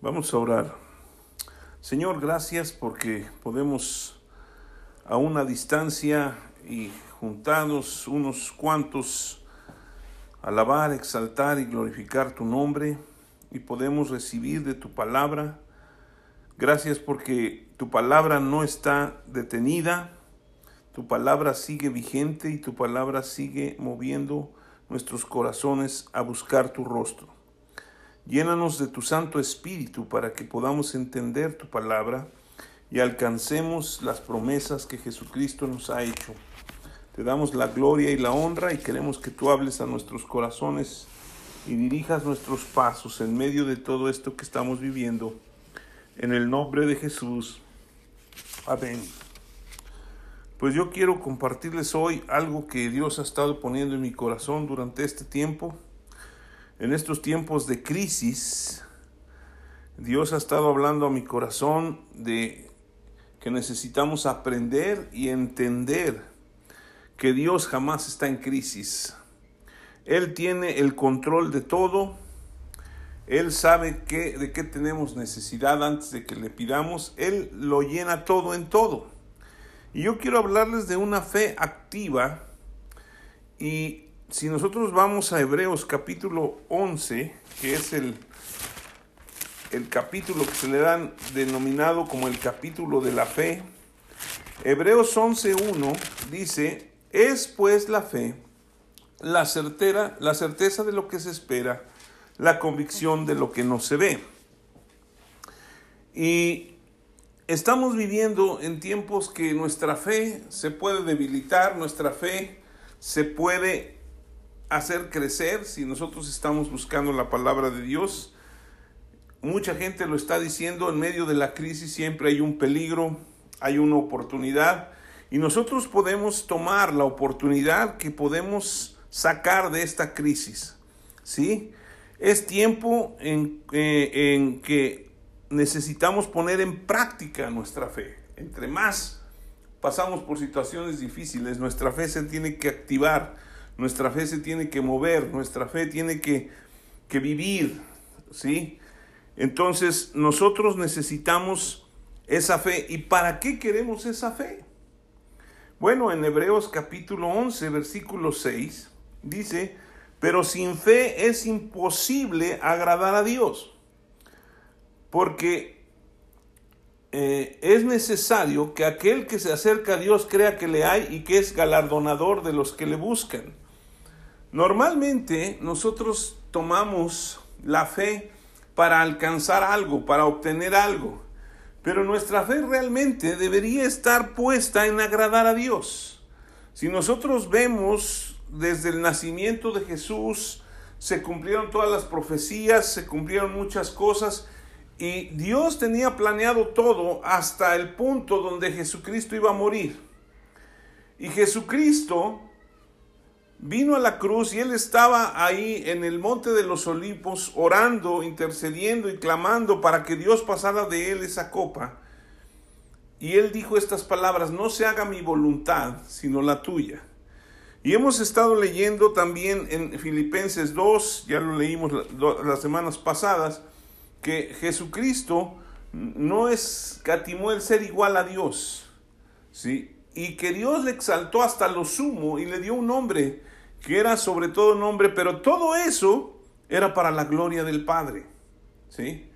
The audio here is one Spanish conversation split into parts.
Vamos a orar. Señor, gracias porque podemos a una distancia y juntados unos cuantos alabar, exaltar y glorificar tu nombre y podemos recibir de tu palabra. Gracias porque tu palabra no está detenida, tu palabra sigue vigente y tu palabra sigue moviendo nuestros corazones a buscar tu rostro. Llénanos de tu Santo Espíritu para que podamos entender tu palabra y alcancemos las promesas que Jesucristo nos ha hecho. Te damos la gloria y la honra y queremos que tú hables a nuestros corazones y dirijas nuestros pasos en medio de todo esto que estamos viviendo. En el nombre de Jesús. Amén. Pues yo quiero compartirles hoy algo que Dios ha estado poniendo en mi corazón durante este tiempo. En estos tiempos de crisis, Dios ha estado hablando a mi corazón de que necesitamos aprender y entender que Dios jamás está en crisis. Él tiene el control de todo. Él sabe de qué tenemos necesidad antes de que le pidamos. Él lo llena todo en todo. Y yo quiero hablarles de una fe activa. Y si nosotros vamos a Hebreos capítulo 11, que es el capítulo que se le dan denominado como el capítulo de la fe. Hebreos 11:1 dice: es pues la fe, la certeza de lo que se espera, la convicción de lo que no se ve. Y estamos viviendo en tiempos que nuestra fe se puede debilitar, nuestra fe se puede hacer crecer si nosotros estamos buscando la palabra de Dios. Mucha gente lo está diciendo, en medio de la crisis siempre hay un peligro, hay una oportunidad, y nosotros podemos tomar la oportunidad que podemos sacar de esta crisis, ¿sí? Es tiempo en que necesitamos poner en práctica nuestra fe. Entre más pasamos por situaciones difíciles, nuestra fe se tiene que activar, nuestra fe se tiene que mover, nuestra fe tiene que vivir, ¿sí? Entonces nosotros necesitamos esa fe. ¿Y para qué queremos esa fe? Bueno, en Hebreos capítulo 11, versículo 6, dice: pero sin fe es imposible agradar a Dios, porque es necesario que aquel que se acerca a Dios crea que le hay y que es galardonador de los que le buscan. Normalmente nosotros tomamos la fe para alcanzar algo, para obtener algo, pero nuestra fe realmente debería estar puesta en agradar a Dios. Si nosotros vemos desde el nacimiento de Jesús, se cumplieron todas las profecías, se cumplieron muchas cosas, y Dios tenía planeado todo hasta el punto donde Jesucristo iba a morir. Y Jesucristo vino a la cruz y Él estaba ahí en el Monte de los Olivos orando, intercediendo y clamando para que Dios pasara de Él esa copa. Y Él dijo estas palabras: no se haga mi voluntad, sino la tuya. Y hemos estado leyendo también en Filipenses 2, ya lo leímos las semanas pasadas, que Jesucristo no escatimó el ser igual a Dios, ¿sí? Y que Dios le exaltó hasta lo sumo y le dio un nombre que era sobre todo nombre, pero todo eso era para la gloria del Padre, ¿sí?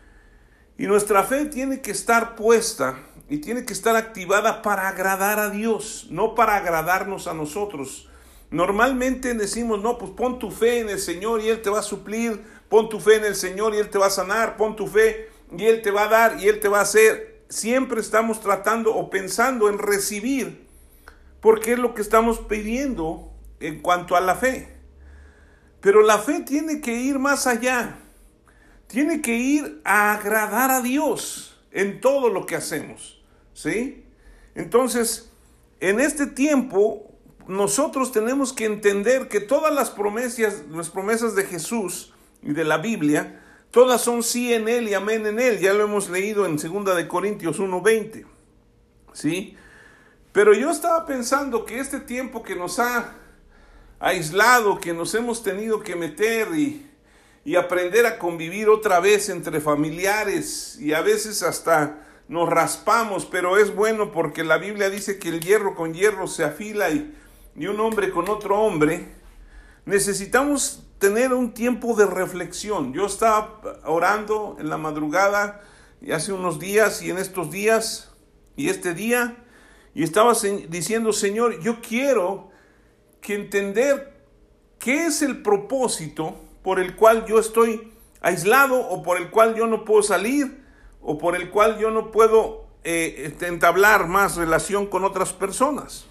Y nuestra fe tiene que estar puesta y tiene que estar activada para agradar a Dios, no para agradarnos a nosotros. Normalmente decimos: no, pues pon tu fe en el Señor y Él te va a suplir, pon tu fe en el Señor y Él te va a sanar, pon tu fe y Él te va a dar y Él te va a hacer. Siempre estamos tratando o pensando en recibir, porque es lo que estamos pidiendo en cuanto a la fe. Pero la fe tiene que ir más allá, tiene que ir a agradar a Dios en todo lo que hacemos, ¿sí? Entonces, en este tiempo, nosotros tenemos que entender que todas las promesas de Jesús y de la Biblia, todas son sí en Él y amén en Él. Ya lo hemos leído en 2 Corintios 1:20, ¿sí? Pero yo estaba pensando que este tiempo que nos ha aislado, que nos hemos tenido que meter y y aprender a convivir otra vez entre familiares, y a veces hasta nos raspamos, pero es bueno porque la Biblia dice que el hierro con hierro se afila y un hombre con otro hombre. Necesitamos tener un tiempo de reflexión. Yo estaba orando en la madrugada y hace unos días y en estos días y este día, y estaba diciendo: Señor, yo quiero que entender qué es el propósito por el cual yo estoy aislado, o por el cual yo no puedo salir, o por el cual yo no puedo entablar más relación con otras personas.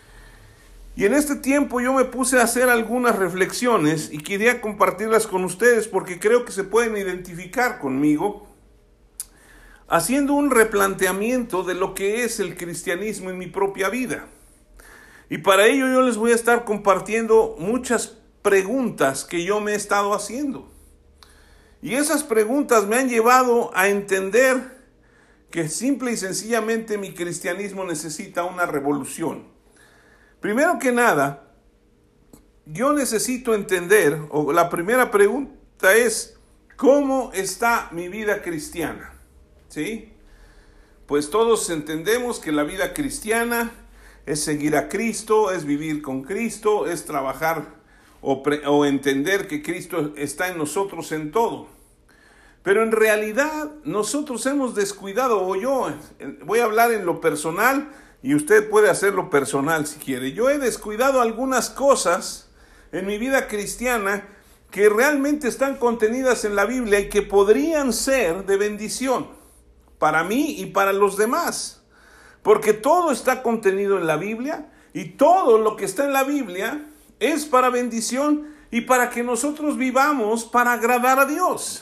Y en este tiempo yo me puse a hacer algunas reflexiones y quería compartirlas con ustedes porque creo que se pueden identificar conmigo, haciendo un replanteamiento de lo que es el cristianismo en mi propia vida. Y para ello yo les voy a estar compartiendo muchas preguntas que yo me he estado haciendo. Y esas preguntas me han llevado a entender que simple y sencillamente mi cristianismo necesita una revolución. Primero que nada, yo necesito entender, o la primera pregunta es: ¿cómo está mi vida cristiana? ¿Sí? Pues todos entendemos que la vida cristiana es seguir a Cristo, es vivir con Cristo, es trabajar o entender que Cristo está en nosotros en todo. Pero en realidad nosotros hemos descuidado, o yo voy a hablar en lo personal y usted puede hacerlo personal si quiere. Yo he descuidado algunas cosas en mi vida cristiana que realmente están contenidas en la Biblia y que podrían ser de bendición para mí y para los demás. Porque todo está contenido en la Biblia y todo lo que está en la Biblia es para bendición y para que nosotros vivamos para agradar a Dios.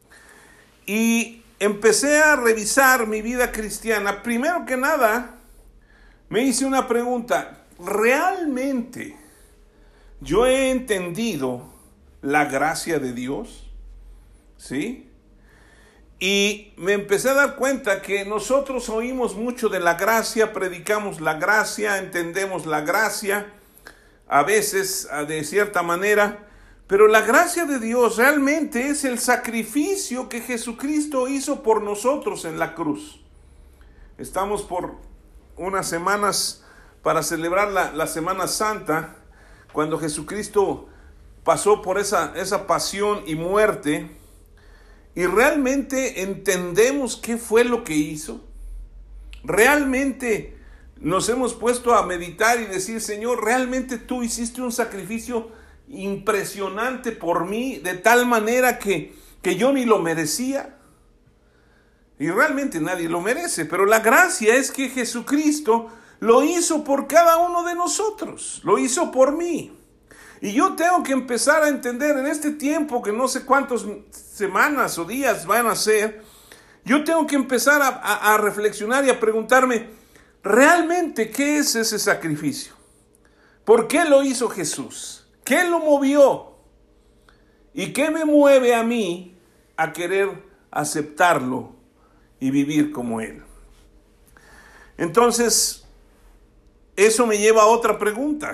Y empecé a revisar mi vida cristiana. Primero que nada, me hice una pregunta: ¿realmente yo he entendido la gracia de Dios? ¿Sí? Y me empecé a dar cuenta que nosotros oímos mucho de la gracia, predicamos la gracia, entendemos la gracia, a veces de cierta manera, pero la gracia de Dios realmente es el sacrificio que Jesucristo hizo por nosotros en la cruz. Estamos por unas semanas para celebrar la Semana Santa, cuando Jesucristo pasó por esa pasión y muerte, y realmente entendemos qué fue lo que hizo. Realmente nos hemos puesto a meditar y decir: Señor, realmente tú hiciste un sacrificio impresionante por mí, de tal manera que yo ni lo merecía. Y realmente nadie lo merece, pero la gracia es que Jesucristo lo hizo por cada uno de nosotros, lo hizo por mí. Y yo tengo que empezar a entender en este tiempo, que no sé cuántas semanas o días van a ser, yo tengo que empezar a reflexionar y a preguntarme: ¿realmente qué es ese sacrificio? ¿Por qué lo hizo Jesús? ¿Qué lo movió? ¿Y qué me mueve a mí a querer aceptarlo y vivir como Él? Entonces, eso me lleva a otra pregunta.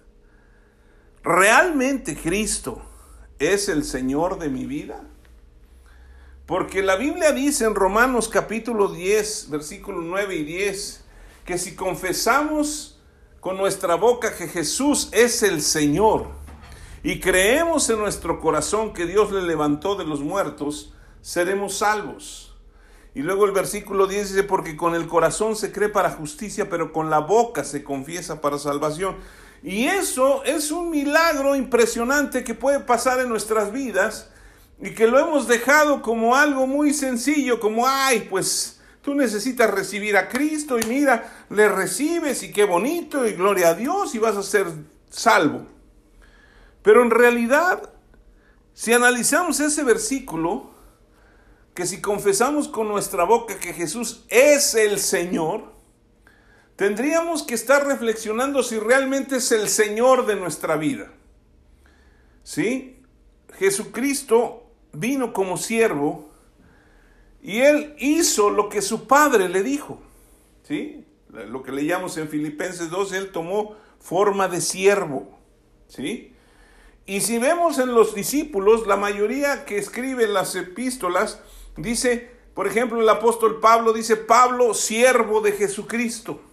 ¿Realmente Cristo es el Señor de mi vida? Porque la Biblia dice en Romanos capítulo 10, versículos 9 y 10, que si confesamos con nuestra boca que Jesús es el Señor y creemos en nuestro corazón que Dios le levantó de los muertos, seremos salvos. Y luego el versículo 10 dice: porque con el corazón se cree para justicia, pero con la boca se confiesa para salvación. Y eso es un milagro impresionante que puede pasar en nuestras vidas y que lo hemos dejado como algo muy sencillo, como: ay, pues tú necesitas recibir a Cristo y mira, le recibes y qué bonito y gloria a Dios y vas a ser salvo. Pero en realidad, si analizamos ese versículo, que si confesamos con nuestra boca que Jesús es el Señor, tendríamos que estar reflexionando si realmente es el Señor de nuestra vida. ¿Sí? Jesucristo vino como siervo y Él hizo lo que su Padre le dijo. ¿Sí? Lo que leíamos en Filipenses 2, Él tomó forma de siervo. ¿Sí? Y si vemos en los discípulos, la mayoría que escribe las epístolas, dice, por ejemplo, el apóstol Pablo dice, Pablo, siervo de Jesucristo.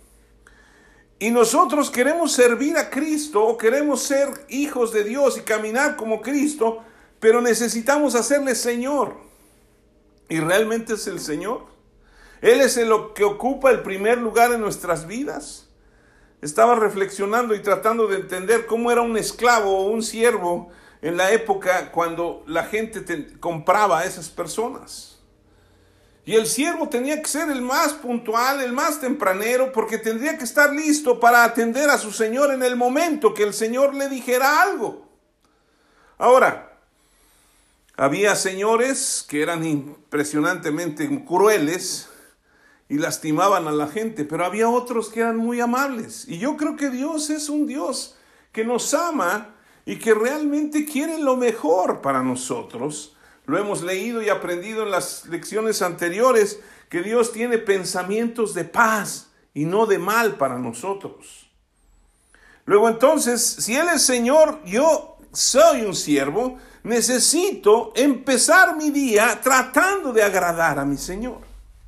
Y nosotros queremos servir a Cristo, queremos ser hijos de Dios y caminar como Cristo, pero necesitamos hacerle Señor. ¿Y realmente es el Señor? ¿Él es el que ocupa el primer lugar en nuestras vidas? Estaba reflexionando y tratando de entender cómo era un esclavo o un siervo en la época cuando la gente compraba a esas personas. Y el siervo tenía que ser el más puntual, el más tempranero, porque tendría que estar listo para atender a su señor en el momento que el señor le dijera algo. Ahora, había señores que eran impresionantemente crueles y lastimaban a la gente, pero había otros que eran muy amables. Y yo creo que Dios es un Dios que nos ama y que realmente quiere lo mejor para nosotros. Lo hemos leído y aprendido en las lecciones anteriores, que Dios tiene pensamientos de paz y no de mal para nosotros. Luego entonces, si Él es Señor, yo soy un siervo, necesito empezar mi día tratando de agradar a mi Señor.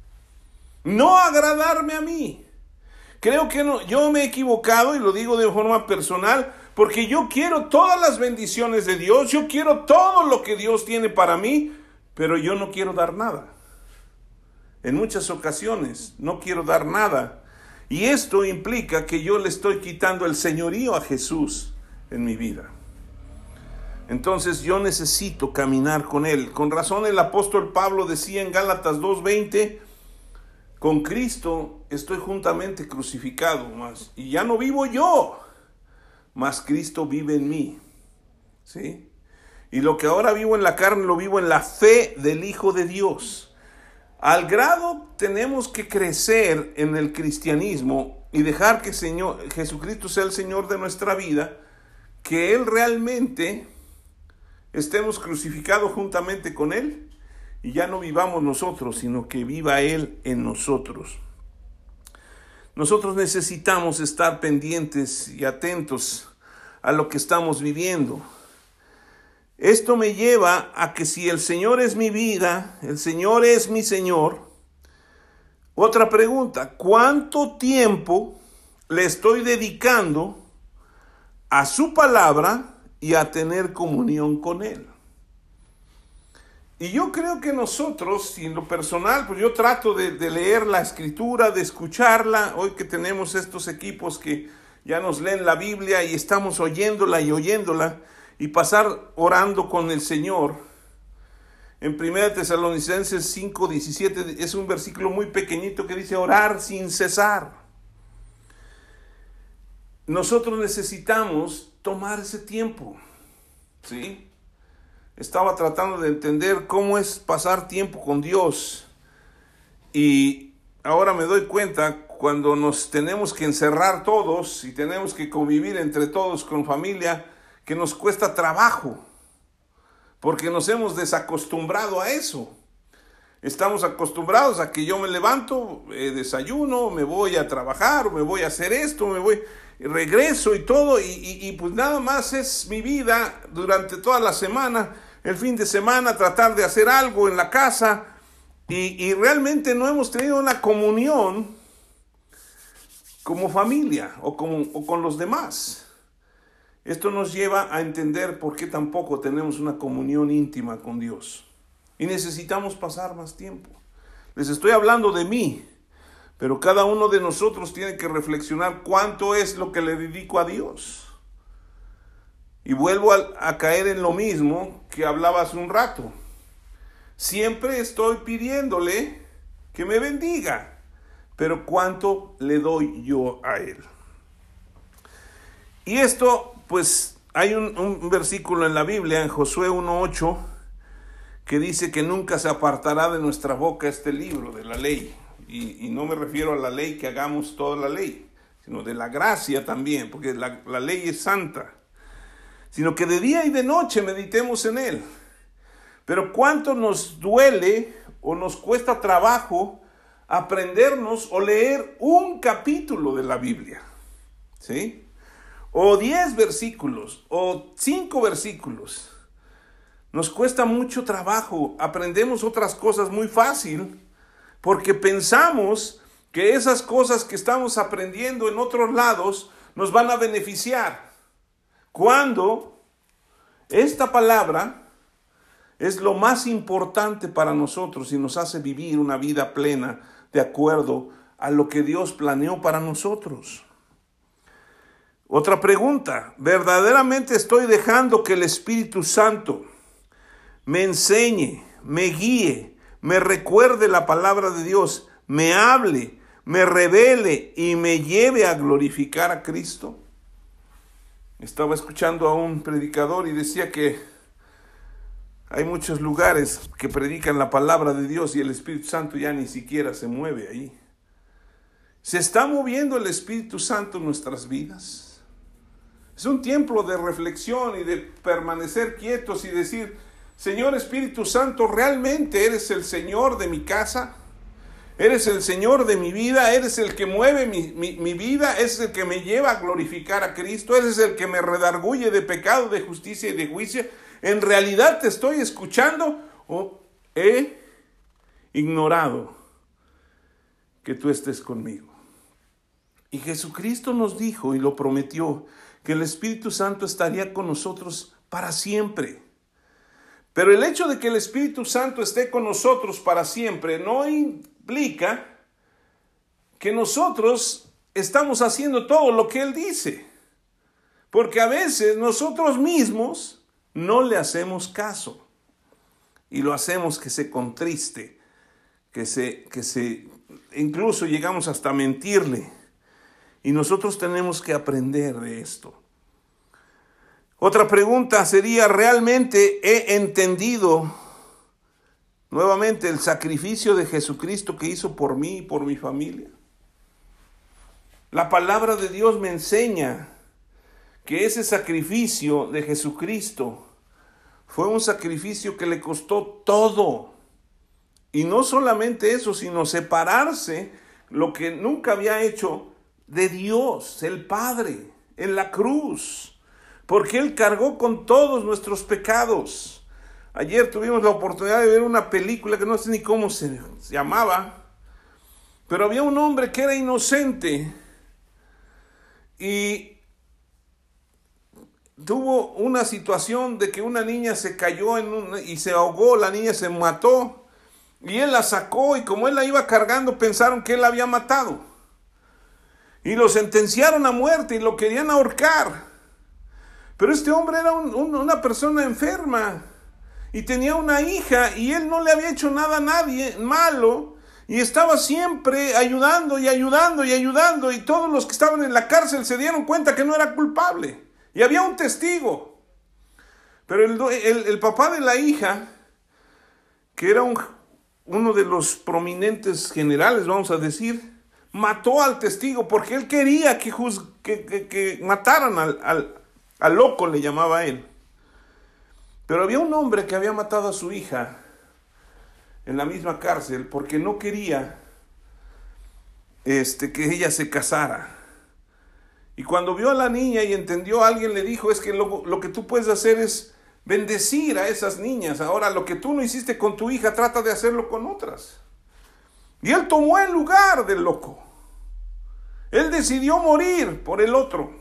No agradarme a mí. Creo que no, yo me he equivocado y lo digo de forma personal, porque yo quiero todas las bendiciones de Dios, yo quiero todo lo que Dios tiene para mí, pero yo no quiero dar nada. En muchas ocasiones no quiero dar nada. Y esto implica que yo le estoy quitando el señorío a Jesús en mi vida. Entonces yo necesito caminar con Él. Con razón el apóstol Pablo decía en Gálatas 2:20, con Cristo estoy juntamente crucificado, y ya no vivo yo, mas Cristo vive en mí. ¿Sí? Y lo que ahora vivo en la carne, lo vivo en la fe del Hijo de Dios. Al grado tenemos que crecer en el cristianismo y dejar que Jesucristo sea el Señor de nuestra vida, que Él realmente estemos crucificados juntamente con Él y ya no vivamos nosotros, sino que viva Él en nosotros. Nosotros necesitamos estar pendientes y atentos a lo que estamos viviendo. Esto me lleva a que si el Señor es mi vida, el Señor es mi Señor. Otra pregunta, ¿cuánto tiempo le estoy dedicando a su palabra y a tener comunión con Él? Y yo creo que nosotros, en lo personal, pues yo trato de leer la Escritura, de escucharla. Hoy que tenemos estos equipos que ya nos leen la Biblia y estamos oyéndola y pasar orando con el Señor. En 1 Tesalonicenses 5:17 es un versículo muy pequeñito que dice orar sin cesar. Nosotros necesitamos tomar ese tiempo, ¿sí? Estaba tratando de entender cómo es pasar tiempo con Dios. Y ahora me doy cuenta, cuando nos tenemos que encerrar todos y tenemos que convivir entre todos con familia, que nos cuesta trabajo, porque nos hemos desacostumbrado a eso. Estamos acostumbrados a que yo me levanto, desayuno, me voy a trabajar, me voy a hacer esto, regreso y todo, y pues nada más es mi vida durante toda la semana. El fin de semana tratar de hacer algo en la casa y realmente no hemos tenido una comunión como familia o con los demás. Esto nos lleva a entender por qué tampoco tenemos una comunión íntima con Dios y necesitamos pasar más tiempo. Les estoy hablando de mí, pero cada uno de nosotros tiene que reflexionar cuánto es lo que le dedico a Dios. Y vuelvo a caer en lo mismo que hablaba hace un rato. Siempre estoy pidiéndole que me bendiga, pero ¿cuánto le doy yo a Él? Y esto, pues, hay un versículo en la Biblia, en Josué 1:8, que dice que nunca se apartará de nuestra boca este libro de la ley. Y no me refiero a la ley que hagamos toda la ley, sino de la gracia también, porque la ley es santa. Sino que de día y de noche meditemos en Él. Pero cuánto nos duele o nos cuesta trabajo aprendernos o leer un capítulo de la Biblia, ¿sí? o 10 versículos, o 5 versículos. Nos cuesta mucho trabajo, aprendemos otras cosas muy fácil, porque pensamos que esas cosas que estamos aprendiendo en otros lados nos van a beneficiar, cuando esta palabra es lo más importante para nosotros y nos hace vivir una vida plena de acuerdo a lo que Dios planeó para nosotros. Otra pregunta: ¿verdaderamente estoy dejando que el Espíritu Santo me enseñe, me guíe, me recuerde la palabra de Dios, me hable, me revele y me lleve a glorificar a Cristo? Estaba escuchando a un predicador y decía que hay muchos lugares que predican la palabra de Dios y el Espíritu Santo ya ni siquiera se mueve ahí. ¿Se está moviendo el Espíritu Santo en nuestras vidas? Es un tiempo de reflexión y de permanecer quietos y decir: Señor Espíritu Santo, ¿realmente eres el Señor de mi casa? ¿Eres el Señor de mi vida? ¿Eres el que mueve mi vida? ¿Eres el que me lleva a glorificar a Cristo? ¿Eres el que me redarguye de pecado, de justicia y de juicio? ¿En realidad te estoy escuchando o he ignorado que tú estés conmigo? Y Jesucristo nos dijo y lo prometió, que el Espíritu Santo estaría con nosotros para siempre. Pero el hecho de que el Espíritu Santo esté con nosotros para siempre no implica que nosotros estamos haciendo todo lo que Él dice. Porque a veces nosotros mismos no le hacemos caso. Y lo hacemos que se contriste, incluso llegamos hasta mentirle. Y nosotros tenemos que aprender de esto. Otra pregunta sería: ¿realmente he entendido nuevamente el sacrificio de Jesucristo que hizo por mí y por mi familia? La palabra de Dios me enseña que ese sacrificio de Jesucristo fue un sacrificio que le costó todo. Y no solamente eso, sino separarse, lo que nunca había hecho, de Dios, el Padre, en la cruz. Porque Él cargó con todos nuestros pecados. Ayer tuvimos la oportunidad de ver una película que no sé ni cómo se llamaba, pero había un hombre que era inocente y tuvo una situación de que una niña se cayó y se ahogó, la niña se mató y él la sacó, y como él la iba cargando pensaron que él la había matado y lo sentenciaron a muerte y lo querían ahorcar. Pero este hombre era una persona enferma y tenía una hija y él no le había hecho nada a nadie malo y estaba siempre ayudando y ayudando y ayudando, y todos los que estaban en la cárcel se dieron cuenta que no era culpable y había un testigo. Pero el papá de la hija, que era uno de los prominentes generales, vamos a decir, mató al testigo porque él quería que mataran al loco, le llamaba él. Pero había un hombre que había matado a su hija en la misma cárcel porque no quería que ella se casara. Y cuando vio a la niña y entendió, alguien le dijo: es que lo que tú puedes hacer es bendecir a esas niñas. Ahora, lo que tú no hiciste con tu hija, trata de hacerlo con otras. Y él tomó el lugar del loco. Él decidió morir por el otro.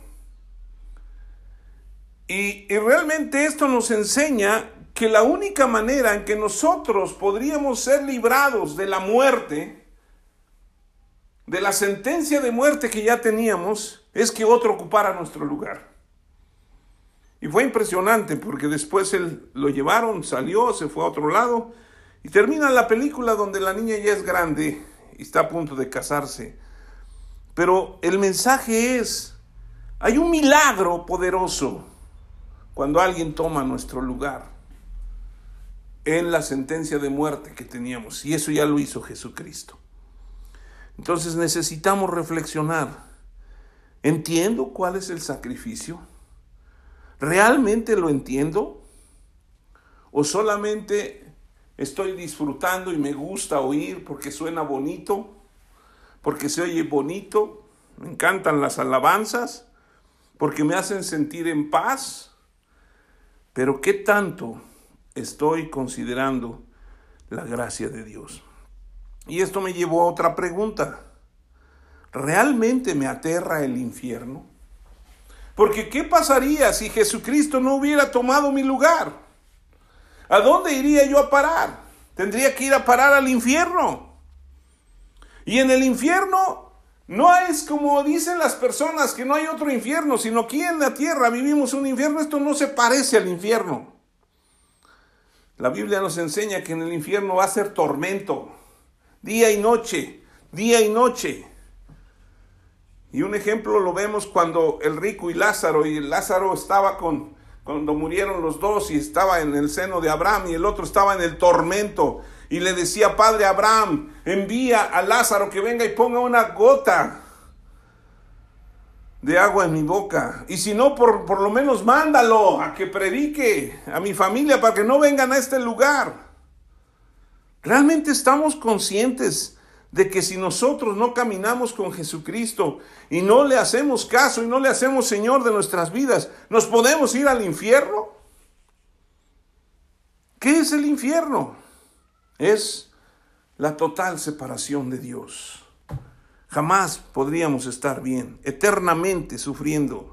Y realmente esto nos enseña que la única manera en que nosotros podríamos ser librados de la muerte, de la sentencia de muerte que ya teníamos, es que otro ocupara nuestro lugar. Y fue impresionante porque después él lo llevaron, salió, se fue a otro lado y termina la película donde la niña ya es grande y está a punto de casarse. Pero el mensaje es: hay un milagro poderoso cuando alguien toma nuestro lugar en la sentencia de muerte que teníamos, y eso ya lo hizo Jesucristo. Entonces necesitamos reflexionar. ¿Entiendo cuál es el sacrificio? ¿Realmente lo entiendo? ¿O solamente estoy disfrutando y me gusta oír porque suena bonito, porque se oye bonito, me encantan las alabanzas, porque me hacen sentir en paz, pero ¿qué tanto estoy considerando la gracia de Dios? Y esto me llevó a otra pregunta. ¿Realmente me aterra el infierno? Porque ¿qué pasaría si Jesucristo no hubiera tomado mi lugar? ¿A dónde iría yo a parar? Tendría que ir a parar al infierno. Y en el infierno no es como dicen las personas que no hay otro infierno, sino aquí en la tierra vivimos un infierno. Esto no se parece al infierno. La Biblia nos enseña que en el infierno va a ser tormento, día y noche, día y noche. Y un ejemplo lo vemos cuando el rico y Lázaro estaba cuando murieron los dos y estaba en el seno de Abraham y el otro estaba en el tormento. Y le decía: Padre Abraham, envía a Lázaro que venga y ponga una gota de agua en mi boca. Y si no, por lo menos mándalo a que predique a mi familia para que no vengan a este lugar. ¿Realmente estamos conscientes de que si nosotros no caminamos con Jesucristo y no le hacemos caso y no le hacemos Señor de nuestras vidas, nos podemos ir al infierno? ¿Qué es el infierno? Es la total separación de Dios. Jamás podríamos estar bien, eternamente sufriendo.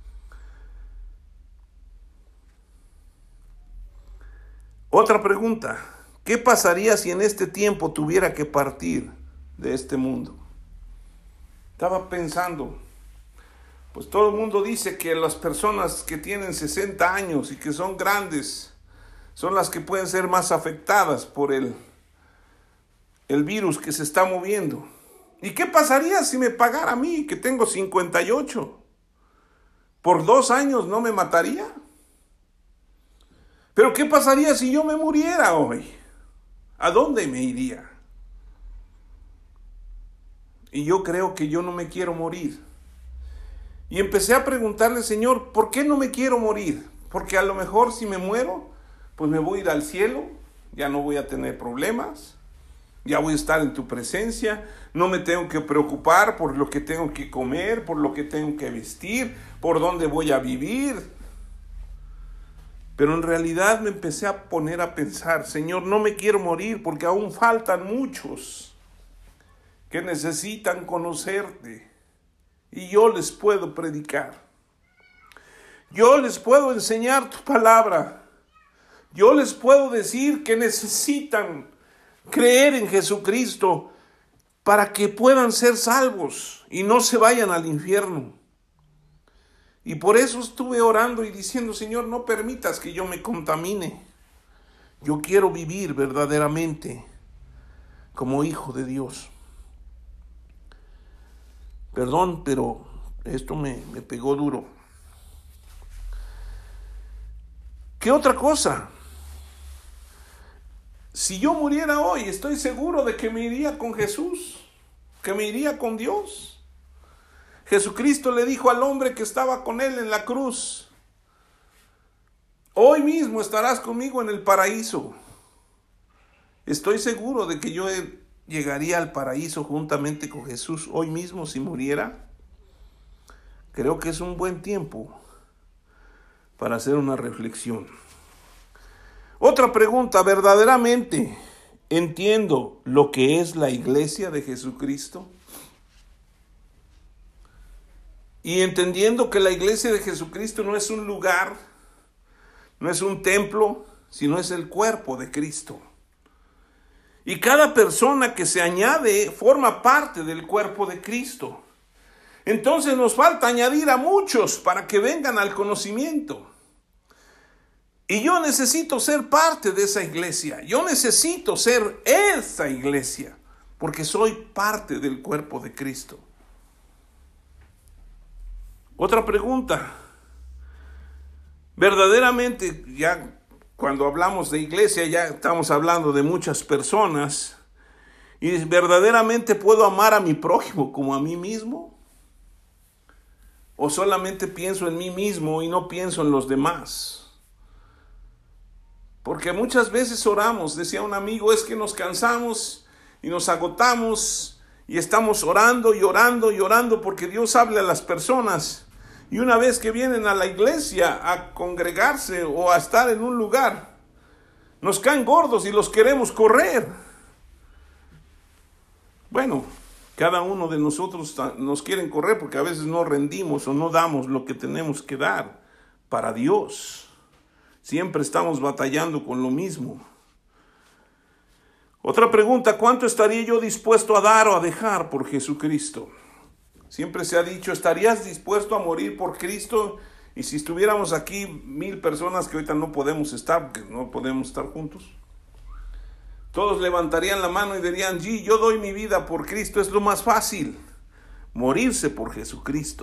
Otra pregunta: ¿qué pasaría si en este tiempo tuviera que partir de este mundo? Estaba pensando, pues todo el mundo dice que las personas que tienen 60 años y que son grandes son las que pueden ser más afectadas por el virus que se está moviendo. ¿Y qué pasaría si me pagara a mí, que tengo 58? ¿Por 2 años no me mataría? ¿Pero qué pasaría si yo me muriera hoy? ¿A dónde me iría? Y yo creo que yo no me quiero morir. Y empecé a preguntarle: Señor, ¿por qué no me quiero morir? Porque a lo mejor si me muero, pues me voy a ir al cielo, ya no voy a tener problemas, ya voy a estar en tu presencia, no me tengo que preocupar por lo que tengo que comer, por lo que tengo que vestir, por dónde voy a vivir. Pero en realidad me empecé a poner a pensar: Señor, no me quiero morir porque aún faltan muchos que necesitan conocerte y yo les puedo predicar. Yo les puedo enseñar tu palabra. Yo les puedo decir que necesitan creer en Jesucristo para que puedan ser salvos y no se vayan al infierno. Y por eso estuve orando y diciendo: Señor, no permitas que yo me contamine. Yo quiero vivir verdaderamente como hijo de Dios. Perdón, pero esto me pegó duro. ¿Qué otra cosa? Si yo muriera hoy, estoy seguro de que me iría con Jesús, que me iría con Dios. Jesucristo le dijo al hombre que estaba con él en la cruz: hoy mismo estarás conmigo en el paraíso. Estoy seguro de que yo llegaría al paraíso juntamente con Jesús hoy mismo si muriera. Creo que es un buen tiempo para hacer una reflexión. Otra pregunta: ¿verdaderamente entiendo lo que es la iglesia de Jesucristo? Y entendiendo que la iglesia de Jesucristo no es un lugar, no es un templo, sino es el cuerpo de Cristo. Y cada persona que se añade forma parte del cuerpo de Cristo. Entonces nos falta añadir a muchos para que vengan al conocimiento. Y yo necesito ser parte de esa iglesia. Yo necesito ser esa iglesia, porque soy parte del cuerpo de Cristo. Otra pregunta: verdaderamente, ya cuando hablamos de iglesia, ya estamos hablando de muchas personas, y verdaderamente puedo amar a mi prójimo como a mí mismo, o solamente pienso en mí mismo y no pienso en los demás. Porque muchas veces oramos, decía un amigo, es que nos cansamos y nos agotamos y estamos orando y orando y orando porque Dios habla a las personas. Y una vez que vienen a la iglesia a congregarse o a estar en un lugar, nos caen gordos y los queremos correr. Bueno, cada uno de nosotros nos quieren correr porque a veces no rendimos o no damos lo que tenemos que dar para Dios. Siempre estamos batallando con lo mismo. Otra pregunta, ¿cuánto estaría yo dispuesto a dar o a dejar por Jesucristo? Siempre se ha dicho, ¿estarías dispuesto a morir por Cristo? Y si estuviéramos aquí 1000 personas que ahorita no podemos estar, porque no podemos estar juntos, todos levantarían la mano y dirían, sí, yo doy mi vida por Cristo, es lo más fácil, morirse por Jesucristo.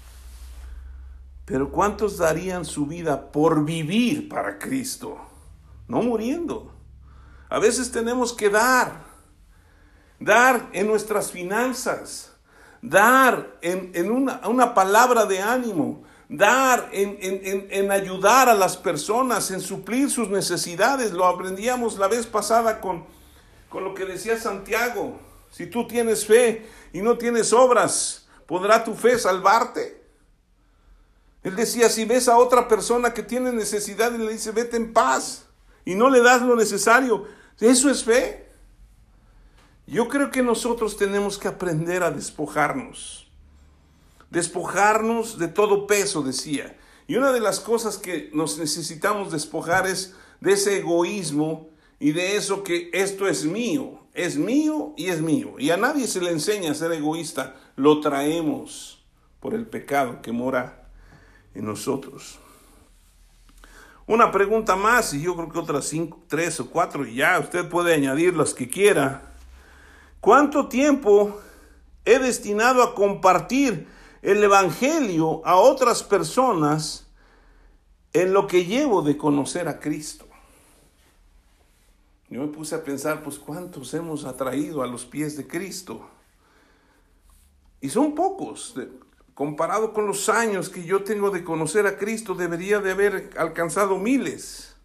Pero ¿cuántos darían su vida por vivir para Cristo? No muriendo. A veces tenemos que dar en nuestras finanzas, dar en una palabra de ánimo, dar en ayudar a las personas, en suplir sus necesidades. Lo aprendíamos la vez pasada con lo que decía Santiago. Si tú tienes fe y no tienes obras, ¿podrá tu fe salvarte? Él decía, si ves a otra persona que tiene necesidad y le dice, vete en paz, y no le das lo necesario, ¿eso es fe? Yo creo que nosotros tenemos que aprender a despojarnos de todo peso, decía. Y una de las cosas que nos necesitamos despojar es de ese egoísmo y de eso que esto es mío y es mío. Y a nadie se le enseña a ser egoísta, lo traemos por el pecado que mora en nosotros. Una pregunta más, y yo creo que otras 3 o 4, y ya usted puede añadir las que quiera. ¿Cuánto tiempo he destinado a compartir el evangelio a otras personas en lo que llevo de conocer a Cristo? Yo me puse a pensar, pues, ¿cuántos hemos atraído a los pies de Cristo? Y son pocos. Comparado con los años que yo tengo de conocer a Cristo, debería de haber alcanzado miles.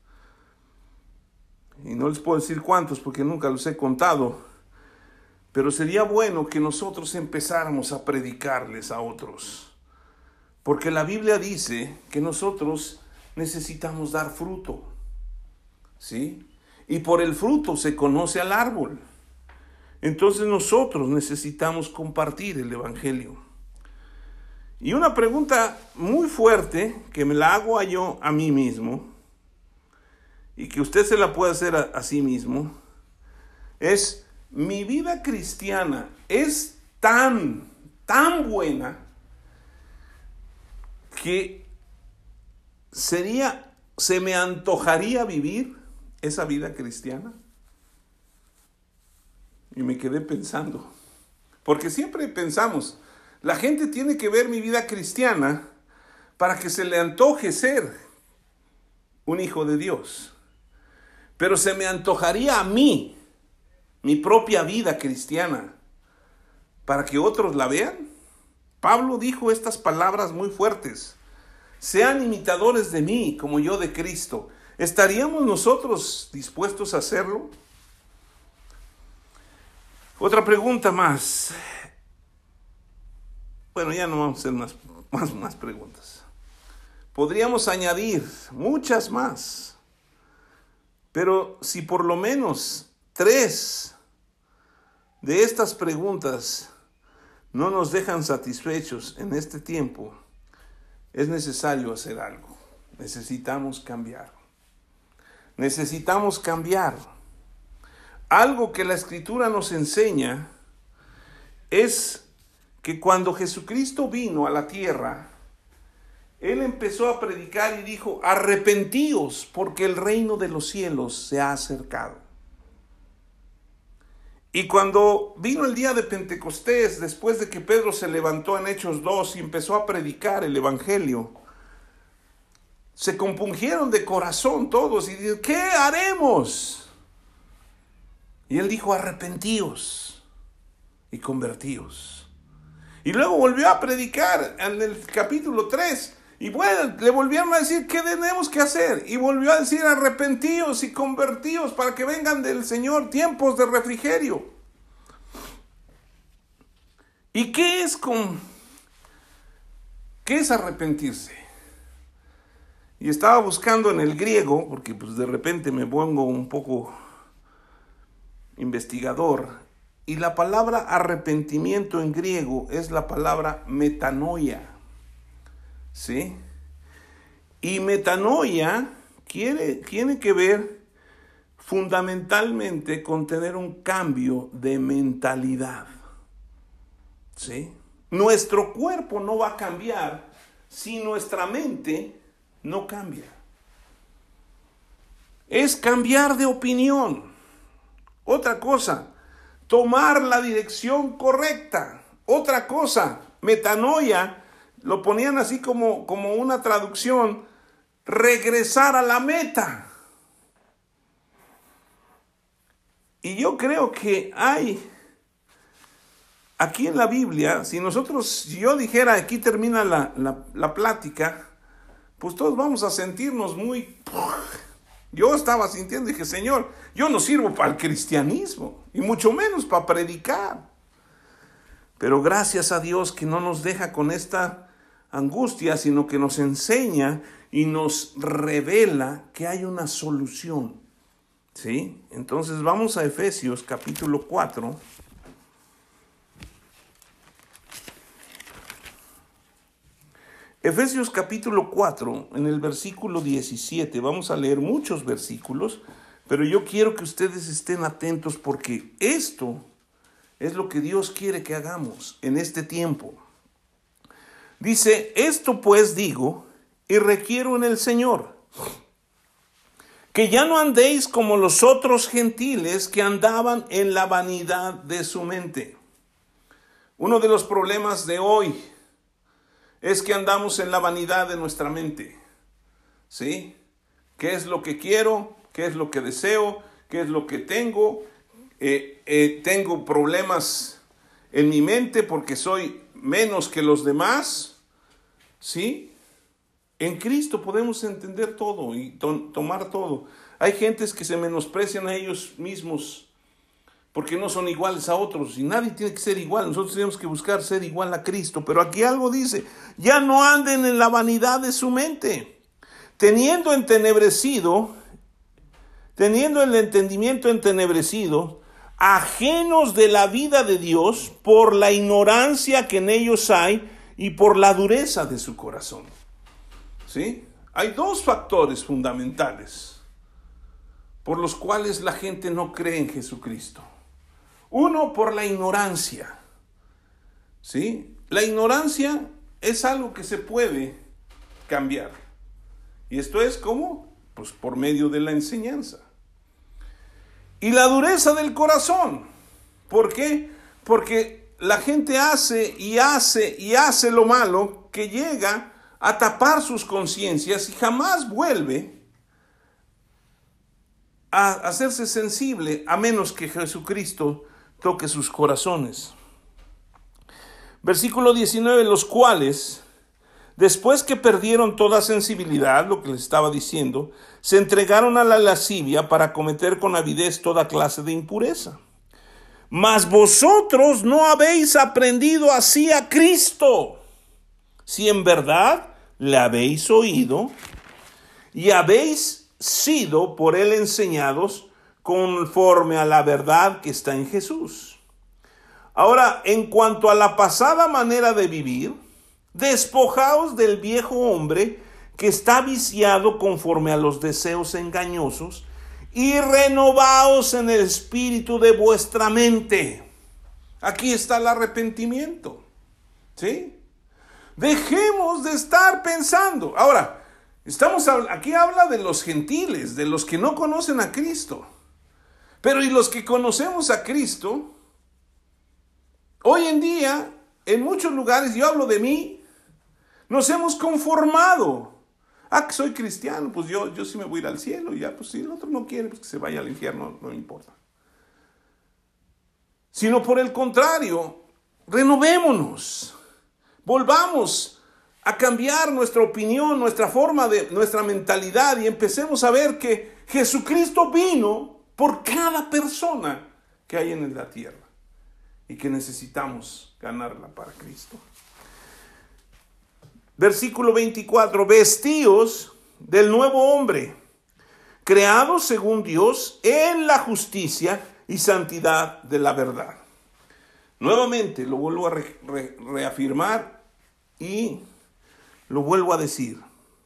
Y no les puedo decir cuántos porque nunca los he contado. Pero sería bueno que nosotros empezáramos a predicarles a otros. Porque la Biblia dice que nosotros necesitamos dar fruto. ¿Sí? Y por el fruto se conoce al árbol. Entonces nosotros necesitamos compartir el evangelio. Y una pregunta muy fuerte que me la hago yo a mí mismo y que usted se la puede hacer a sí mismo es, ¿mi vida cristiana es tan buena que se me antojaría vivir esa vida cristiana? Y me quedé pensando, porque siempre pensamos, la gente tiene que ver mi vida cristiana para que se le antoje ser un hijo de Dios. Pero se me antojaría a mí, mi propia vida cristiana, para que otros la vean. Pablo dijo estas palabras muy fuertes. Sean imitadores de mí, como yo de Cristo. ¿Estaríamos nosotros dispuestos a hacerlo? Otra pregunta más. Bueno, ya no vamos a hacer más preguntas. Podríamos añadir muchas más. Pero si por lo menos 3 de estas preguntas no nos dejan satisfechos en este tiempo, es necesario hacer algo. Necesitamos cambiar. Necesitamos cambiar. Algo que la Escritura nos enseña es que cuando Jesucristo vino a la tierra, Él empezó a predicar y dijo, arrepentíos porque el reino de los cielos se ha acercado. Y cuando vino el día de Pentecostés, después de que Pedro se levantó en Hechos 2 y empezó a predicar el evangelio, se compungieron de corazón todos y dijeron, ¿qué haremos? Y Él dijo, arrepentíos y convertíos. Y luego volvió a predicar en el capítulo 3. Y bueno, le volvieron a decir, ¿qué tenemos que hacer? Y volvió a decir, arrepentíos y convertíos para que vengan del Señor tiempos de refrigerio. ¿Y qué ¿Qué es arrepentirse? Y estaba buscando en el griego, porque pues de repente me pongo un poco investigador, y la palabra arrepentimiento en griego es la palabra metanoia, ¿sí? Y metanoia tiene que ver fundamentalmente con tener un cambio de mentalidad, ¿sí? Nuestro cuerpo no va a cambiar si nuestra mente no cambia. Es cambiar de opinión. Otra cosa, tomar la dirección correcta. Otra cosa, metanoia, lo ponían así como una traducción, regresar a la meta. Y yo creo que hay, aquí en la Biblia, si yo dijera, aquí termina la plática, pues todos vamos a sentirnos muy... Yo estaba sintiendo, dije, Señor, yo no sirvo para el cristianismo, y mucho menos para predicar. Pero gracias a Dios que no nos deja con esta angustia, sino que nos enseña y nos revela que hay una solución. ¿Sí? Entonces vamos a Efesios capítulo 4. Efesios capítulo 4, en el versículo 17, vamos a leer muchos versículos, pero yo quiero que ustedes estén atentos porque esto es lo que Dios quiere que hagamos en este tiempo. Dice, esto pues digo y requiero en el Señor, que ya no andéis como los otros gentiles que andaban en la vanidad de su mente. Uno de los problemas de hoy es que andamos en la vanidad de nuestra mente, ¿sí? ¿Qué es lo que quiero? ¿Qué es lo que deseo? ¿Qué es lo que tengo? Tengo problemas en mi mente porque soy menos que los demás, ¿sí? En Cristo podemos entender todo y tomar todo. Hay gentes que se menosprecian a ellos mismos porque no son iguales a otros, y nadie tiene que ser igual. Nosotros tenemos que buscar ser igual a Cristo, pero aquí algo dice, ya no anden en la vanidad de su mente, teniendo el entendimiento entenebrecido, ajenos de la vida de Dios por la ignorancia que en ellos hay y por la dureza de su corazón. ¿Sí? Hay dos factores fundamentales por los cuales la gente no cree en Jesucristo. Uno, por la ignorancia. ¿Sí? La ignorancia es algo que se puede cambiar. ¿Y esto es cómo? Pues por medio de la enseñanza. Y la dureza del corazón. ¿Por qué? Porque la gente hace lo malo que llega a tapar sus conciencias y jamás vuelve a hacerse sensible a menos que Jesucristo toque sus corazones. Versículo 19, los cuales, después que perdieron toda sensibilidad, lo que les estaba diciendo, se entregaron a la lascivia para cometer con avidez toda clase de impureza. Mas vosotros no habéis aprendido así a Cristo, si en verdad le habéis oído y habéis sido por él enseñados conforme a la verdad que está en Jesús. Ahora, en cuanto a la pasada manera de vivir, despojaos del viejo hombre que está viciado conforme a los deseos engañosos y renovaos en el espíritu de vuestra mente. Aquí está el arrepentimiento, ¿sí? Dejemos de estar pensando. Ahora, aquí habla de los gentiles, de los que no conocen a Cristo. Pero y los que conocemos a Cristo, hoy en día, en muchos lugares, yo hablo de mí, nos hemos conformado. Que soy cristiano, pues yo sí me voy a ir al cielo, ya, pues si el otro no quiere, pues que se vaya al infierno, no me importa. Sino por el contrario, renovémonos, volvamos a cambiar nuestra opinión, nuestra mentalidad, y empecemos a ver que Jesucristo vino por cada persona que hay en la tierra y que necesitamos ganarla para Cristo. Versículo 24, vestíos del nuevo hombre, creado según Dios en la justicia y santidad de la verdad. Nuevamente lo vuelvo a reafirmar y lo vuelvo a decir.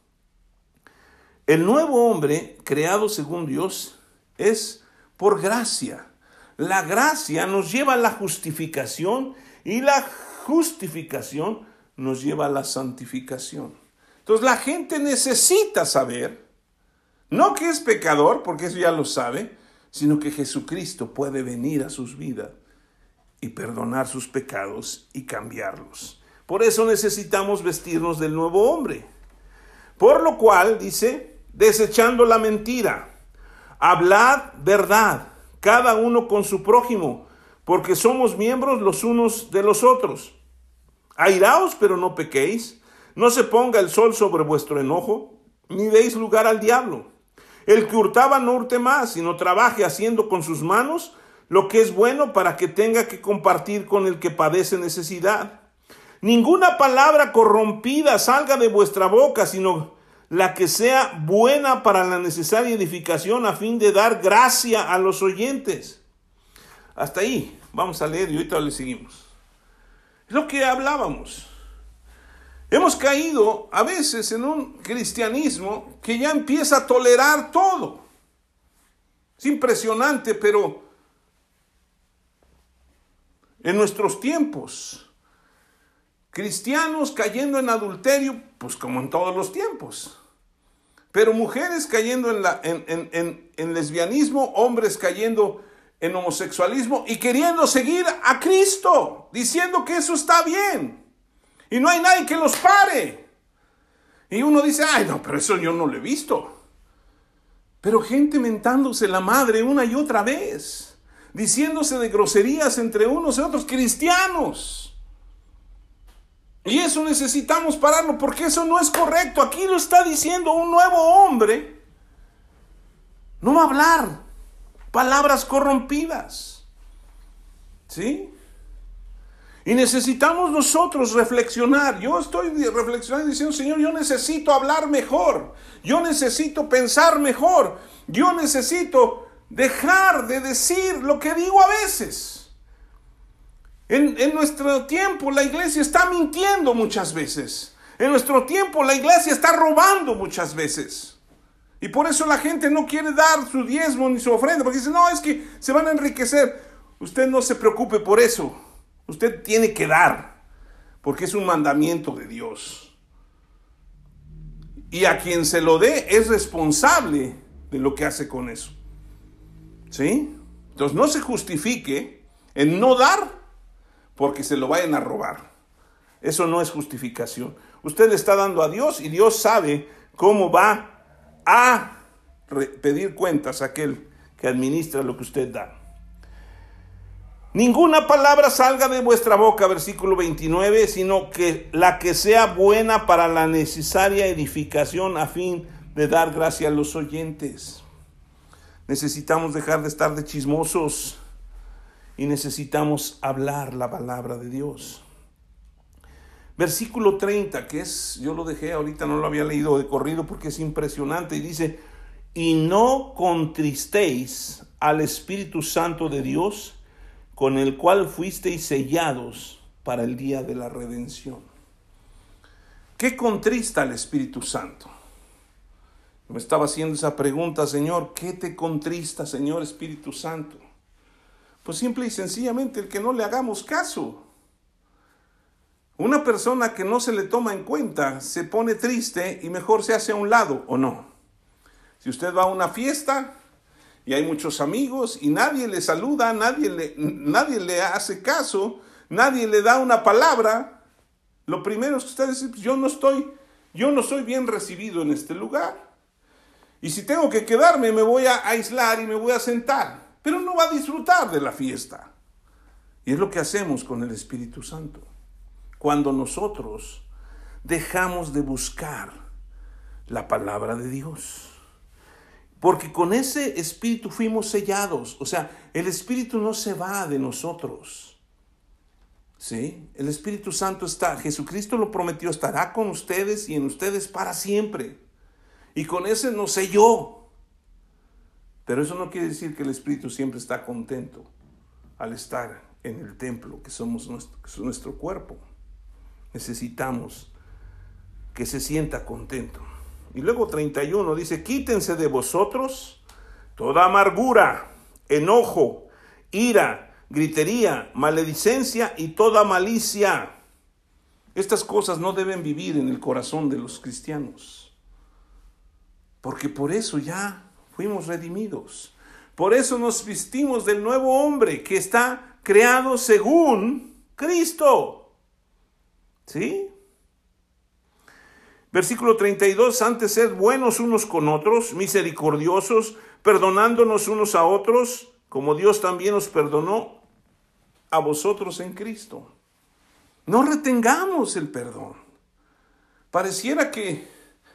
El nuevo hombre creado según Dios es por gracia. La gracia nos lleva a la justificación y la justificación nos lleva a la santificación. Entonces la gente necesita saber, no que es pecador, porque eso ya lo sabe, sino que Jesucristo puede venir a sus vidas y perdonar sus pecados y cambiarlos. Por eso necesitamos vestirnos del nuevo hombre. Por lo cual, dice, desechando la mentira, hablad verdad, cada uno con su prójimo, porque somos miembros los unos de los otros. Airaos, pero no pequéis, no se ponga el sol sobre vuestro enojo, ni deis lugar al diablo. El que hurtaba no hurte más, sino trabaje haciendo con sus manos lo que es bueno para que tenga que compartir con el que padece necesidad. Ninguna palabra corrompida salga de vuestra boca, sino la que sea buena para la necesaria edificación a fin de dar gracia a los oyentes. Hasta ahí, vamos a leer y ahorita le seguimos. Es lo que hablábamos. Hemos caído a veces en un cristianismo que ya empieza a tolerar todo. Es impresionante, pero en nuestros tiempos, cristianos cayendo en adulterio, pues como en todos los tiempos. Pero mujeres cayendo en lesbianismo, hombres cayendo en homosexualismo y queriendo seguir a Cristo, diciendo que eso está bien. Y no hay nadie que los pare. Y uno dice, ay no, pero eso yo no lo he visto. Pero gente mentándose la madre una y otra vez, diciéndose de groserías entre unos y otros, cristianos. Y eso necesitamos pararlo, porque eso no es correcto. Aquí lo está diciendo un nuevo hombre. No va a hablar palabras corrompidas. ¿Sí? Y necesitamos nosotros reflexionar. Yo estoy reflexionando y diciendo, Señor, yo necesito hablar mejor. Yo necesito pensar mejor. Yo necesito dejar de decir lo que digo a veces. En nuestro tiempo la iglesia está mintiendo muchas veces. En nuestro tiempo la iglesia está robando muchas veces. Y por eso la gente no quiere dar su diezmo ni su ofrenda, porque dice, no, es que se van a enriquecer. Usted no se preocupe por eso. Usted tiene que dar, porque es un mandamiento de Dios. Y a quien se lo dé es responsable de lo que hace con eso. ¿Sí? Entonces no se justifique en no dar porque se lo vayan a robar. Eso no es justificación. Usted le está dando a Dios y Dios sabe cómo va a pedir cuentas a aquel que administra lo que usted da. Ninguna palabra salga de vuestra boca, versículo 29, sino que la que sea buena para la necesaria edificación a fin de dar gracia a los oyentes. Necesitamos dejar de estar de chismosos y necesitamos hablar la palabra de Dios. Versículo 30, que es, yo lo dejé ahorita, no lo había leído de corrido porque es impresionante, y dice, y no contristéis al Espíritu Santo de Dios, con el cual fuisteis sellados para el día de la redención. ¿Qué contrista al Espíritu Santo? Me estaba haciendo esa pregunta, Señor, ¿qué te contrista, Señor Espíritu Santo? Pues simple y sencillamente el que no le hagamos caso. Una persona que no se le toma en cuenta se pone triste y mejor se hace a un lado, ¿o no? Si usted va a una fiesta y hay muchos amigos y nadie le saluda, nadie le hace caso, nadie le da una palabra, lo primero es que usted dice, yo no soy bien recibido en este lugar. Y si tengo que quedarme, me voy a aislar y me voy a sentar. Pero no va a disfrutar de la fiesta. Y es lo que hacemos con el Espíritu Santo. Cuando nosotros dejamos de buscar la palabra de Dios. Porque con ese Espíritu fuimos sellados. O sea, el Espíritu no se va de nosotros. ¿Sí? El Espíritu Santo está, Jesucristo lo prometió, estará con ustedes y en ustedes para siempre. Y con ese no sé yo. Pero eso no quiere decir que el Espíritu siempre está contento al estar en el templo, que somos nuestro cuerpo. Necesitamos que se sienta contento. Y luego 31 dice, quítense de vosotros toda amargura, enojo, ira, gritería, maledicencia y toda malicia. Estas cosas no deben vivir en el corazón de los cristianos, porque por eso ya fuimos redimidos. Por eso nos vestimos del nuevo hombre que está creado según Cristo. ¿Sí? Versículo 32, antes sed buenos unos con otros, misericordiosos, perdonándonos unos a otros, como Dios también os perdonó a vosotros en Cristo. No retengamos el perdón. Pareciera que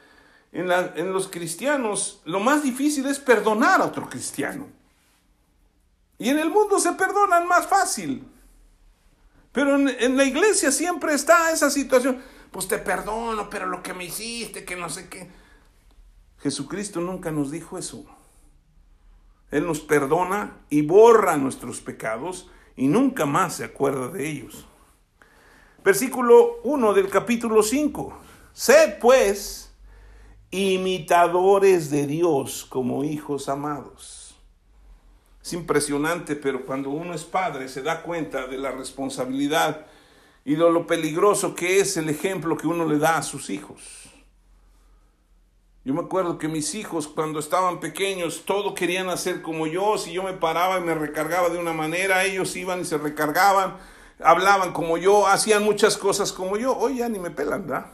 en los cristianos lo más difícil es perdonar a otro cristiano. Y en el mundo se perdonan más fácil. Pero en la iglesia siempre está esa situación. Pues te perdono, pero lo que me hiciste, que no sé qué. Jesucristo nunca nos dijo eso. Él nos perdona y borra nuestros pecados y nunca más se acuerda de ellos. Versículo 1 del capítulo 5. Sed pues imitadores de Dios como hijos amados. Es impresionante, pero cuando uno es padre se da cuenta de la responsabilidad y de lo peligroso que es el ejemplo que uno le da a sus hijos. Yo me acuerdo que mis hijos cuando estaban pequeños todo querían hacer como yo. Si yo me paraba y me recargaba de una manera, ellos iban y se recargaban, hablaban como yo, hacían muchas cosas como yo. Hoy ya ni me pelan, ¿verdad?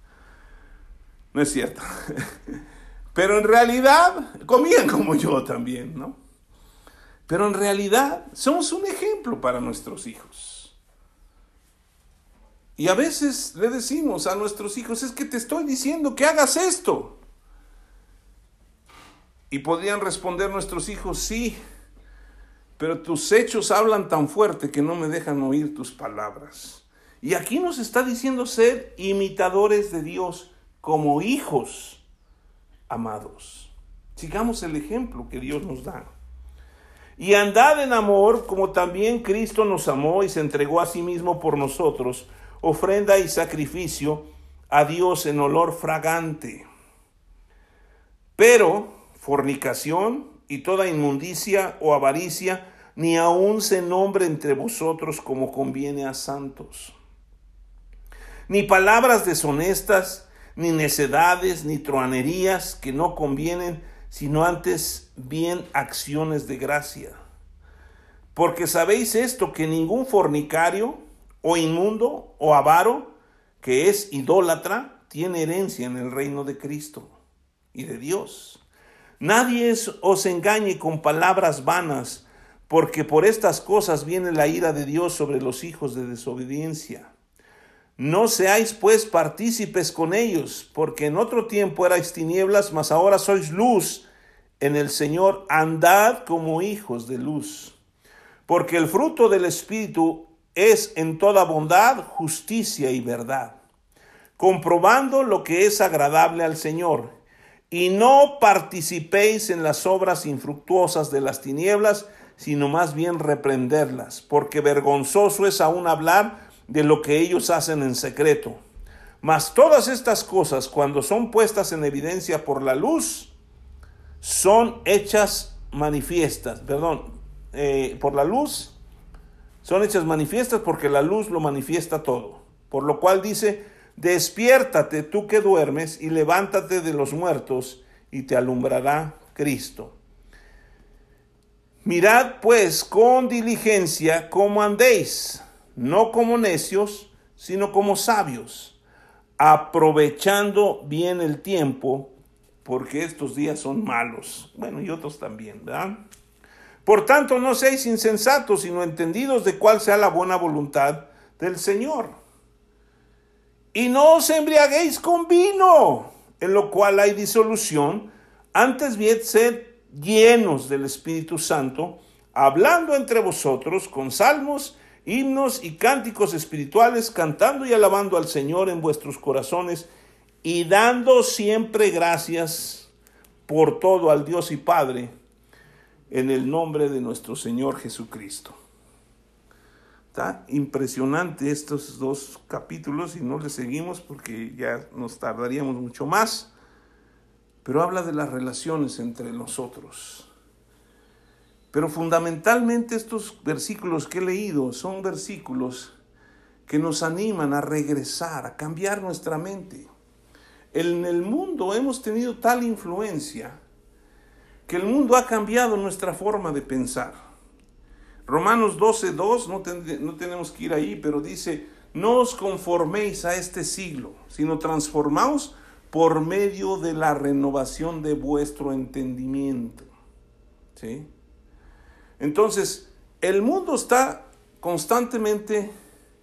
No es cierto. Pero en realidad comían como yo también, ¿no? Pero en realidad somos un ejemplo para nuestros hijos. Y a veces le decimos a nuestros hijos, es que te estoy diciendo que hagas esto. Y podrían responder nuestros hijos, sí, pero tus hechos hablan tan fuerte que no me dejan oír tus palabras. Y aquí nos está diciendo ser imitadores de Dios como hijos amados. Sigamos el ejemplo que Dios nos da. Y andad en amor como también Cristo nos amó y se entregó a sí mismo por nosotros, ofrenda y sacrificio a Dios en olor fragante. Pero fornicación y toda inmundicia o avaricia, ni aun se nombre entre vosotros como conviene a santos. Ni palabras deshonestas, ni necedades, ni truhanerías que no convienen, sino antes bien acciones de gracia. Porque sabéis esto, que ningún fornicario, o inmundo, o avaro, que es idólatra, tiene herencia en el reino de Cristo y de Dios. Nadie os engañe con palabras vanas, porque por estas cosas viene la ira de Dios sobre los hijos de desobediencia. No seáis pues partícipes con ellos, porque en otro tiempo erais tinieblas, mas ahora sois luz en el Señor. Andad como hijos de luz. Porque el fruto del Espíritu es en toda bondad, justicia y verdad, comprobando lo que es agradable al Señor. Y no participéis en las obras infructuosas de las tinieblas, sino más bien reprenderlas, porque vergonzoso es aún hablar de lo que ellos hacen en secreto. Mas todas estas cosas, cuando son puestas en evidencia por la luz, son hechas manifiestas. Por la luz son hechas manifiestas, porque la luz lo manifiesta todo. Por lo cual dice, despiértate tú que duermes y levántate de los muertos y te alumbrará Cristo. Mirad pues con diligencia cómo andéis, no como necios, sino como sabios, aprovechando bien el tiempo, porque estos días son malos. Bueno, y otros también, ¿verdad? Por tanto, no seáis insensatos, sino entendidos de cuál sea la buena voluntad del Señor. Y no os embriaguéis con vino, en lo cual hay disolución, antes bien sed llenos del Espíritu Santo, hablando entre vosotros con salmos himnos y cánticos espirituales, cantando y alabando al Señor en vuestros corazones y dando siempre gracias por todo al Dios y Padre en el nombre de nuestro Señor Jesucristo. Está impresionante estos dos capítulos y no les seguimos porque ya nos tardaríamos mucho más, pero habla de las relaciones entre nosotros. Pero fundamentalmente estos versículos que he leído son versículos que nos animan a regresar, a cambiar nuestra mente. En el mundo hemos tenido tal influencia que el mundo ha cambiado nuestra forma de pensar. Romanos 12:2, no tenemos que ir ahí, pero dice, no os conforméis a este siglo, sino transformaos por medio de la renovación de vuestro entendimiento. ¿Sí? Entonces, el mundo está constantemente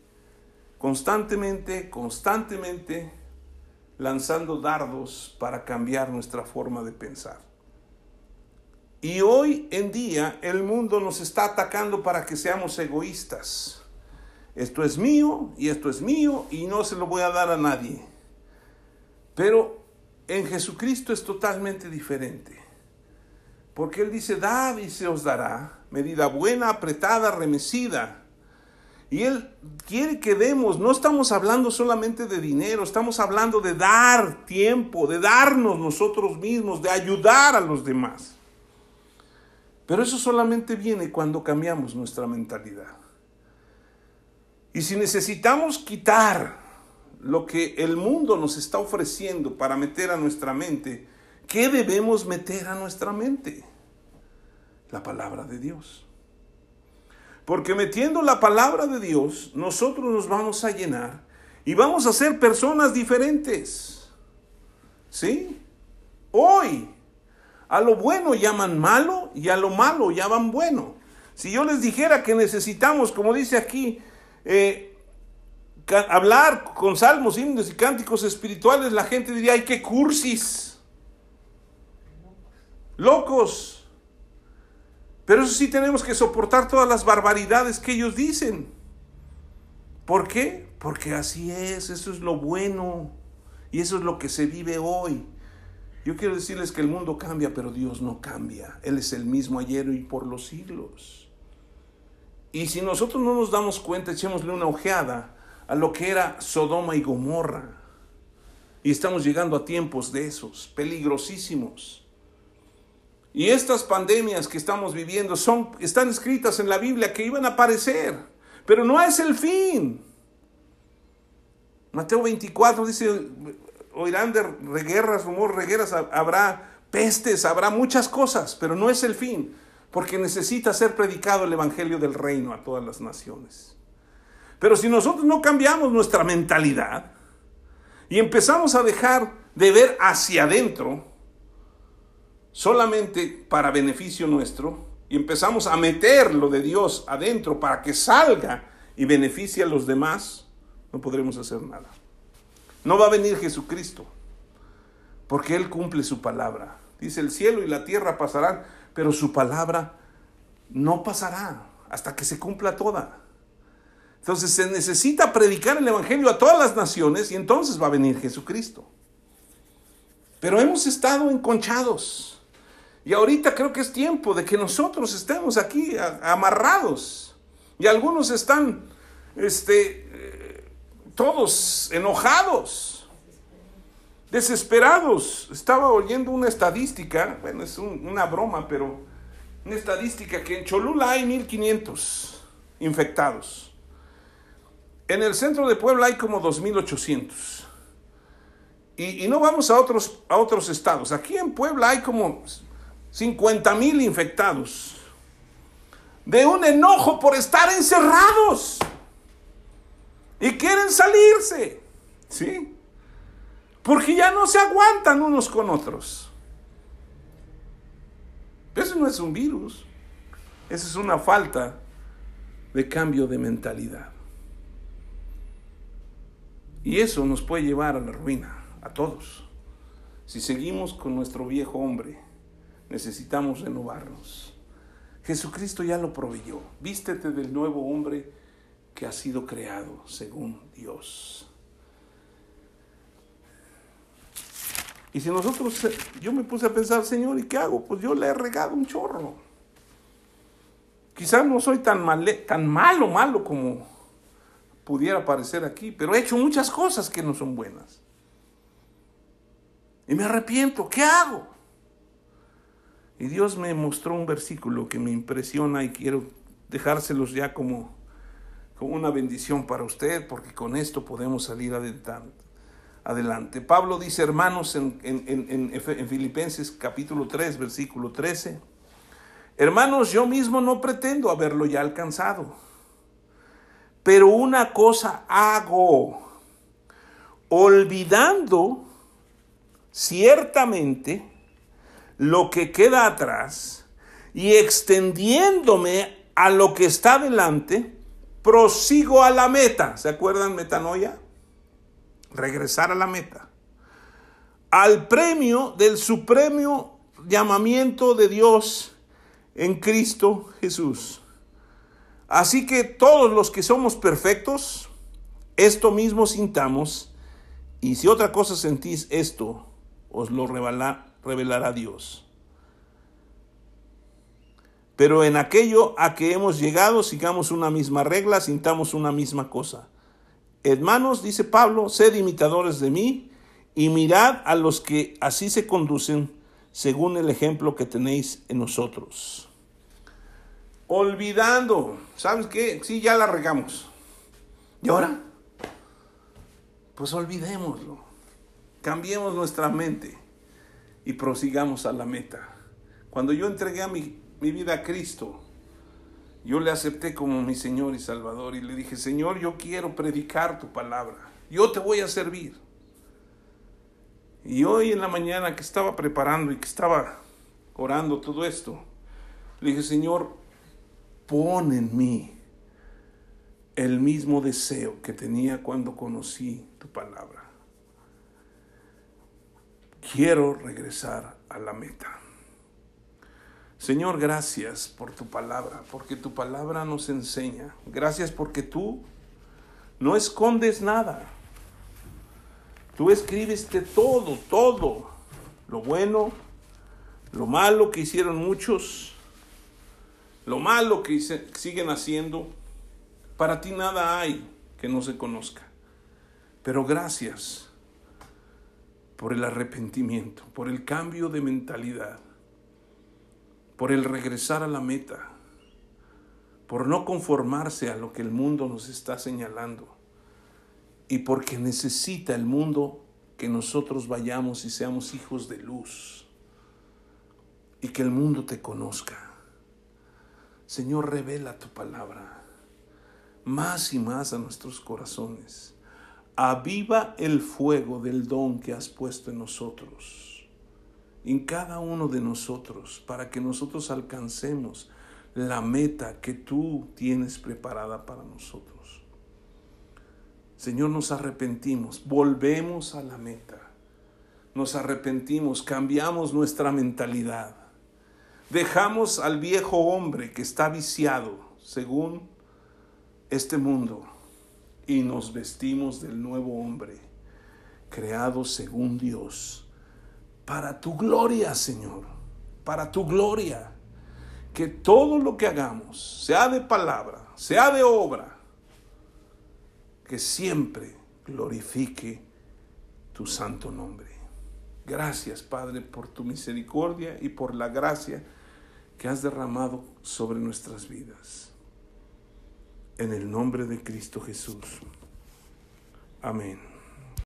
lanzando dardos para cambiar nuestra forma de pensar. Y hoy en día el mundo nos está atacando para que seamos egoístas. Esto es mío y no se lo voy a dar a nadie. Pero en Jesucristo es totalmente diferente. Porque Él dice, dad y se os dará, medida buena, apretada, remecida. Y Él quiere que demos, no estamos hablando solamente de dinero, estamos hablando de dar tiempo, de darnos nosotros mismos, de ayudar a los demás. Pero eso solamente viene cuando cambiamos nuestra mentalidad. Y si necesitamos quitar lo que el mundo nos está ofreciendo para meter a nuestra mente, ¿qué debemos meter a nuestra mente? La palabra de Dios. Porque metiendo la palabra de Dios, nosotros nos vamos a llenar y vamos a ser personas diferentes. ¿Sí? Hoy, a lo bueno llaman malo y a lo malo llaman bueno. Si yo les dijera que necesitamos, como dice aquí, hablar con salmos, himnos y cánticos espirituales, la gente diría, ¡ay, qué cursis! Locos. Pero eso sí tenemos que soportar todas las barbaridades que ellos dicen. ¿Por qué? Porque así es, eso es lo bueno y eso es lo que se vive hoy. Yo quiero decirles que el mundo cambia, pero Dios no cambia. Él es el mismo ayer y por los siglos. Y si nosotros no nos damos cuenta, echémosle una ojeada a lo que era Sodoma y Gomorra. Y estamos llegando a tiempos de esos, peligrosísimos. Y estas pandemias que estamos viviendo están escritas en la Biblia que iban a aparecer, pero no es el fin. Mateo 24 dice, oirán de guerras, guerras, habrá pestes, habrá muchas cosas, pero no es el fin, porque necesita ser predicado el evangelio del reino a todas las naciones. Pero si nosotros no cambiamos nuestra mentalidad y empezamos a dejar de ver hacia adentro, solamente para beneficio nuestro, y empezamos a meter lo de Dios adentro para que salga y beneficie a los demás, no podremos hacer nada. No va a venir Jesucristo, porque Él cumple su palabra. Dice, el cielo y la tierra pasarán, pero su palabra no pasará hasta que se cumpla toda. Entonces se necesita predicar el evangelio a todas las naciones y entonces va a venir Jesucristo. Pero hemos estado enconchados. Y ahorita creo que es tiempo de que nosotros estemos aquí amarrados. Y algunos están todos enojados, desesperados. Estaba oyendo una estadística, bueno, es una broma, pero una estadística que en Cholula hay 1,500 infectados. En el centro de Puebla hay como 2,800. Y no vamos a otros estados. Aquí en Puebla hay como 50,000 infectados, de un enojo por estar encerrados y quieren salirse, ¿sí? Porque ya no se aguantan unos con otros. Eso no es un virus, eso es una falta de cambio de mentalidad. Y eso nos puede llevar a la ruina, a todos. Si seguimos con nuestro viejo hombre, necesitamos renovarnos. Jesucristo ya lo proveyó. Vístete del nuevo hombre que ha sido creado según Dios. Y si nosotros, yo me puse a pensar, Señor, ¿y qué hago? Pues yo le he regado un chorro. Quizás no soy tan malo como pudiera parecer aquí, pero he hecho muchas cosas que no son buenas. Y me arrepiento, ¿qué hago? Y Dios me mostró un versículo que me impresiona y quiero dejárselos ya como una bendición para usted, porque con esto podemos salir adelante. Pablo dice, hermanos, en Filipenses capítulo 3, versículo 13, hermanos, yo mismo no pretendo haberlo ya alcanzado, pero una cosa hago, olvidando ciertamente lo que queda atrás y extendiéndome a lo que está delante, prosigo a la meta. ¿Se acuerdan metanoia? Regresar a la meta. Al premio del supremo llamamiento de Dios en Cristo Jesús. Así que todos los que somos perfectos, esto mismo sintamos, y si otra cosa sentís, esto os lo revelará Dios. Pero en aquello a que hemos llegado, sigamos una misma regla, sintamos una misma cosa. Hermanos, dice Pablo, sed imitadores de mí y mirad a los que así se conducen según el ejemplo que tenéis en nosotros. Olvidando, ¿sabes qué? Sí, ya la regamos. ¿Y ahora? Pues olvidémoslo. Cambiemos nuestra mente y prosigamos a la meta. Cuando yo entregué a mi vida a Cristo, yo le acepté como mi Señor y Salvador y le dije, Señor, yo quiero predicar tu palabra, yo te voy a servir. Y hoy en la mañana que estaba preparando y que estaba orando todo esto, le dije, Señor, pon en mí el mismo deseo que tenía cuando conocí tu palabra. Quiero regresar a la meta. Señor, gracias por tu palabra, porque tu palabra nos enseña. Gracias porque tú no escondes nada. Tú escribes de todo, lo bueno, lo malo que hicieron muchos, lo malo que siguen haciendo. Para ti nada hay que no se conozca. Pero gracias por el arrepentimiento, por el cambio de mentalidad, por el regresar a la meta, por no conformarse a lo que el mundo nos está señalando y porque necesita el mundo que nosotros vayamos y seamos hijos de luz y que el mundo te conozca. Señor, revela tu palabra más y más a nuestros corazones. Aviva el fuego del don que has puesto en nosotros, en cada uno de nosotros, para que nosotros alcancemos la meta que tú tienes preparada para nosotros. Señor, nos arrepentimos, volvemos a la meta, nos arrepentimos, cambiamos nuestra mentalidad, dejamos al viejo hombre que está viciado según este mundo y nos vestimos del nuevo hombre, creado según Dios, para tu gloria, Señor, para tu gloria. Que todo lo que hagamos, sea de palabra, sea de obra, que siempre glorifique tu santo nombre. Gracias, Padre, por tu misericordia y por la gracia que has derramado sobre nuestras vidas. En el nombre de Cristo Jesús. Amén.